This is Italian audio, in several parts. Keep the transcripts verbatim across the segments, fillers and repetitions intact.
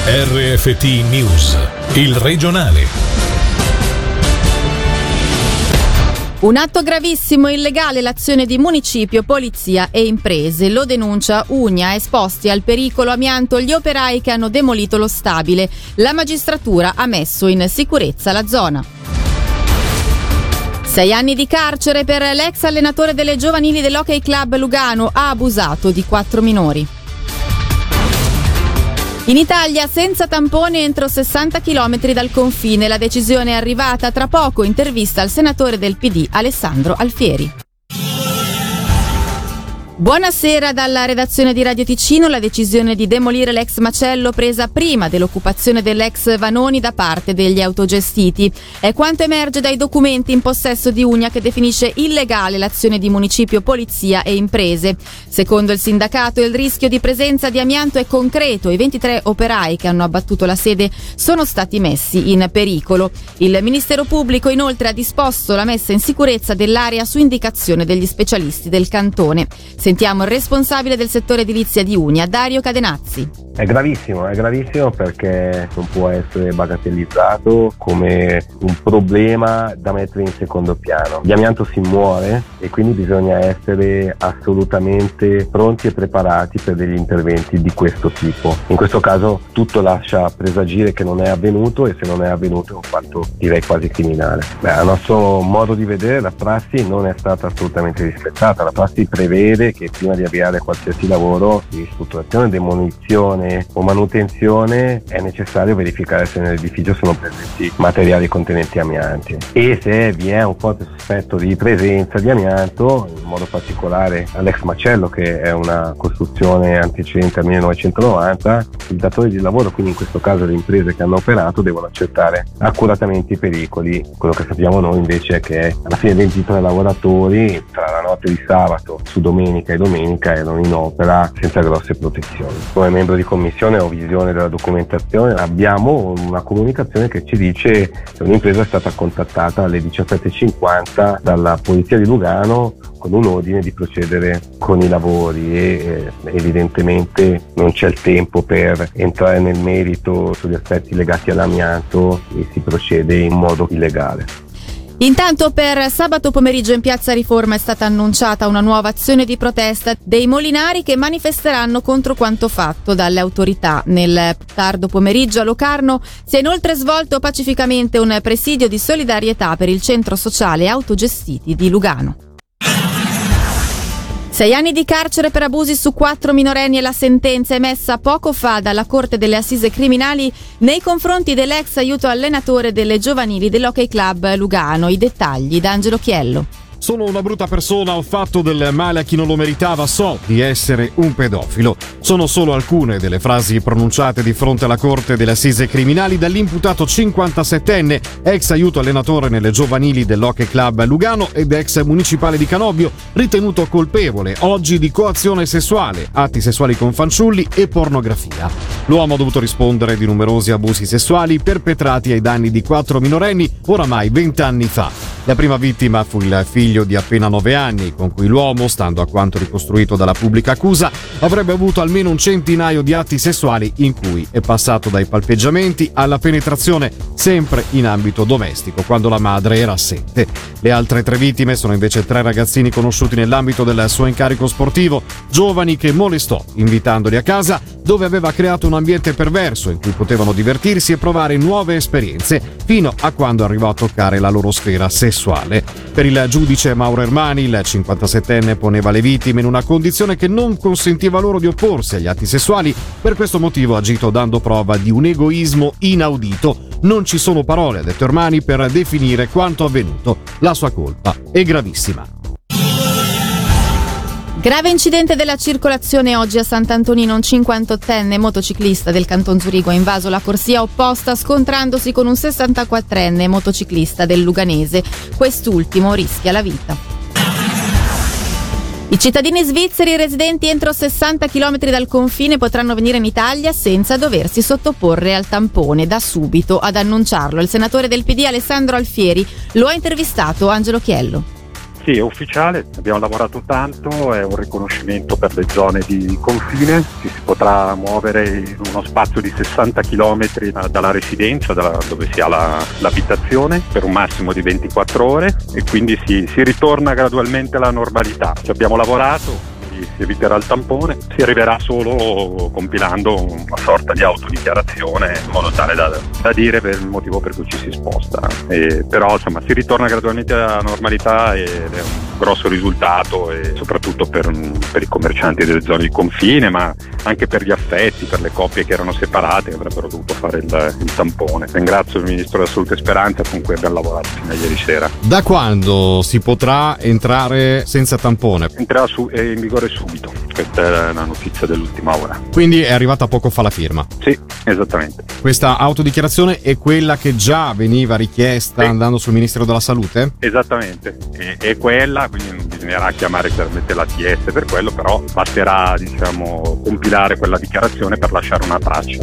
R F T News, il regionale. Un atto gravissimo e illegale l'azione di municipio, polizia e imprese. Lo denuncia Ugna, esposti al pericolo amianto gli operai che hanno demolito lo stabile. La magistratura ha messo in sicurezza la zona. Sei anni di carcere per l'ex allenatore delle giovanili dell'Hockey Club Lugano, ha abusato di quattro minori. In Italia senza tampone entro sessanta chilometri dal confine, la decisione è arrivata tra poco, intervista al senatore del P D Alessandro Alfieri. Buonasera dalla redazione di Radio Ticino. La decisione di demolire l'ex macello presa prima dell'occupazione dell'ex Vanoni da parte degli autogestiti è quanto emerge dai documenti in possesso di Ugna, che definisce illegale l'azione di municipio, polizia e imprese. Secondo il sindacato il rischio di presenza di amianto è concreto. I ventitré operai che hanno abbattuto la sede sono stati messi in pericolo. Il Ministero Pubblico inoltre ha disposto la messa in sicurezza dell'area su indicazione degli specialisti del cantone. Sentiamo il responsabile del settore edilizia di Ugna, Dario Cadenazzi. È gravissimo, è gravissimo perché non può essere bagatellizzato come un problema da mettere in secondo piano. L'amianto si muore e quindi bisogna essere assolutamente pronti e preparati per degli interventi di questo tipo. In questo caso tutto lascia presagire che non è avvenuto, e se non è avvenuto è un fatto direi quasi criminale. Beh, a nostro modo di vedere la prassi non è stata assolutamente rispettata. La prassi prevede che prima di avviare qualsiasi lavoro di ristrutturazione, demolizione o manutenzione è necessario verificare se nell'edificio sono presenti materiali contenenti amianti, e se vi è un forte sospetto di presenza di amianto, in modo particolare all'ex macello, che è una costruzione antecedente al millenovecentonovanta, il datore di lavoro, quindi in questo caso le imprese che hanno operato, devono accertare accuratamente i pericoli. Quello che sappiamo noi invece è che alla fine ventitré lavoratori tra la notte di sabato su domenica e domenica erano in opera senza grosse protezioni. Come membro di commissione ho visione della documentazione, abbiamo una comunicazione che ci dice che un'impresa è stata contattata alle diciassette e cinquanta dalla polizia di Lugano con un ordine di procedere con i lavori, e eh, evidentemente non c'è il tempo per entrare nel merito sugli aspetti legati all'amianto e si procede in modo illegale. Intanto per sabato pomeriggio in Piazza Riforma è stata annunciata una nuova azione di protesta dei molinari che manifesteranno contro quanto fatto dalle autorità. Nel tardo pomeriggio a Locarno si è inoltre svolto pacificamente un presidio di solidarietà per il centro sociale autogestiti di Lugano. Sei anni di carcere per abusi su quattro minorenni è la sentenza emessa poco fa dalla Corte delle Assise Criminali nei confronti dell'ex aiuto allenatore delle giovanili dell'Hockey Club Lugano. I dettagli da Angelo Chiello. Sono una brutta persona, ho fatto del male a chi non lo meritava, so di essere un pedofilo. Sono solo alcune delle frasi pronunciate di fronte alla Corte delle Assise Criminali dall'imputato cinquantasettenne, ex aiuto allenatore nelle giovanili dell'Hockey Club Lugano ed ex municipale di Canobbio, ritenuto colpevole oggi di coazione sessuale, atti sessuali con fanciulli e pornografia. L'uomo ha dovuto rispondere di numerosi abusi sessuali perpetrati ai danni di quattro minorenni oramai vent'anni fa. La prima vittima fu il figlio di appena nove anni, con cui l'uomo, stando a quanto ricostruito dalla pubblica accusa, avrebbe avuto almeno un centinaio di atti sessuali in cui è passato dai palpeggiamenti alla penetrazione, sempre in ambito domestico, quando la madre era assente. Le altre tre vittime sono invece tre ragazzini conosciuti nell'ambito del suo incarico sportivo, giovani che molestò, invitandoli a casa, dove aveva creato un ambiente perverso in cui potevano divertirsi e provare nuove esperienze, fino a quando arrivò a toccare la loro sfera sessuale. Per il giudice Mauro Ermani, il cinquantasettenne poneva le vittime in una condizione che non consentiva loro di opporsi agli atti sessuali. Per questo motivo ha agito dando prova di un egoismo inaudito. Non ci sono parole, ha detto Ermani, per definire quanto avvenuto. La sua colpa è gravissima. Grave incidente della circolazione oggi a Sant'Antonino. Un cinquantottenne motociclista del Canton Zurigo ha invaso la corsia opposta scontrandosi con un sessantaquattrenne motociclista del Luganese. Quest'ultimo rischia la vita. I cittadini svizzeri residenti entro sessanta chilometri dal confine potranno venire in Italia senza doversi sottoporre al tampone. Da subito ad annunciarlo il senatore del P D Alessandro Alfieri. Lo ha intervistato Angelo Chiello. Sì, è ufficiale, abbiamo lavorato tanto, è un riconoscimento per le zone di confine, ci si potrà muovere in uno spazio di sessanta chilometri dalla residenza, da dove si ha la, l'abitazione, per un massimo di ventiquattro ore, e quindi si, si ritorna gradualmente alla normalità. Ci abbiamo lavorato, si eviterà il tampone, si arriverà solo compilando una sorta di autodichiarazione in modo tale da, da dire per il motivo per cui ci si sposta. E, però insomma si ritorna gradualmente alla normalità ed è un grosso risultato, e soprattutto per, per i commercianti delle zone di confine, ma anche per gli affetti, per le coppie che erano separate, che avrebbero dovuto fare il, il tampone. Ringrazio il Ministro della Salute e Speranza, con cui abbiamo lavorato fino a ieri sera. Da quando si potrà entrare senza tampone? Entrerà su, è in vigore subito, questa è la notizia dell'ultima ora. Quindi è arrivata poco fa la firma? Sì, esattamente. Questa autodichiarazione è quella che già veniva richiesta, sì, andando sul Ministero della Salute? Esattamente, è, è quella, quindi non bisognerà chiamare chiaramente l'A T S per quello, però basterà, diciamo, compilare quella dichiarazione per lasciare una traccia.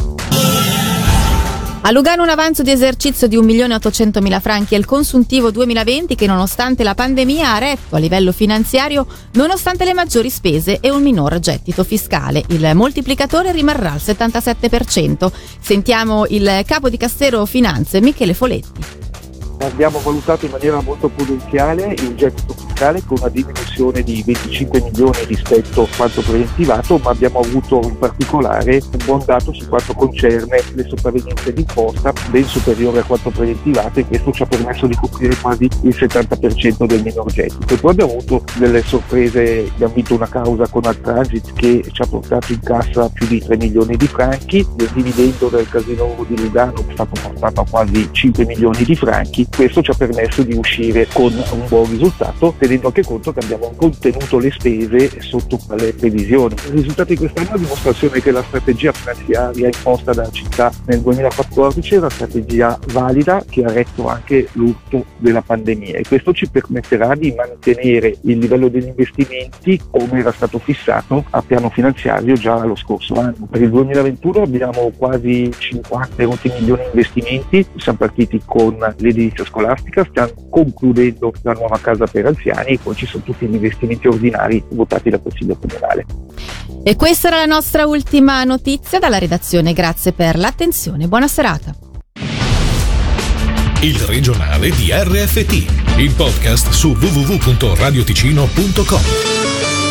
A Lugano un avanzo di esercizio di un milione ottocentomila franchi è il consuntivo duemilaventi, che nonostante la pandemia ha retto a livello finanziario nonostante le maggiori spese e un minor gettito fiscale. Il moltiplicatore rimarrà al settantasette per cento. Sentiamo il capo di Castero Finanze, Michele Foletti. Abbiamo valutato in maniera molto prudenziale il gettito fiscale con una diminuzione di venticinque milioni rispetto a quanto preventivato, ma abbiamo avuto in particolare un buon dato su quanto concerne le sopravvenienze d'imposta, ben superiore a quanto preventivato, e questo ci ha permesso di coprire quasi il settanta per cento del minor gettito. E poi abbiamo avuto delle sorprese, abbiamo vinto una causa con Altransit che ci ha portato in cassa più di tre milioni di franchi, il dividendo del casino di Lugano è stato portato a quasi cinque milioni di franchi. Questo ci ha permesso di uscire con un buon risultato, tenendo anche conto che abbiamo contenuto le spese sotto le previsioni. Il risultato di quest'anno è a dimostrazione che la strategia finanziaria imposta dalla città nel duemilaquattordici è una strategia valida, che ha retto anche l'urto della pandemia, e questo ci permetterà di mantenere il livello degli investimenti come era stato fissato a piano finanziario già lo scorso anno. Per il duemilaventuno abbiamo quasi cinquanta milioni di investimenti, siamo partiti con l'edilizia scolastica, stiamo concludendo la nuova casa per anziani, e poi ci sono tutti gli investimenti ordinari votati dal Consiglio Comunale. E questa era la nostra ultima notizia dalla redazione. Grazie per l'attenzione, buona serata. Il regionale di R F T, il podcast su w w w punto radioticino punto com.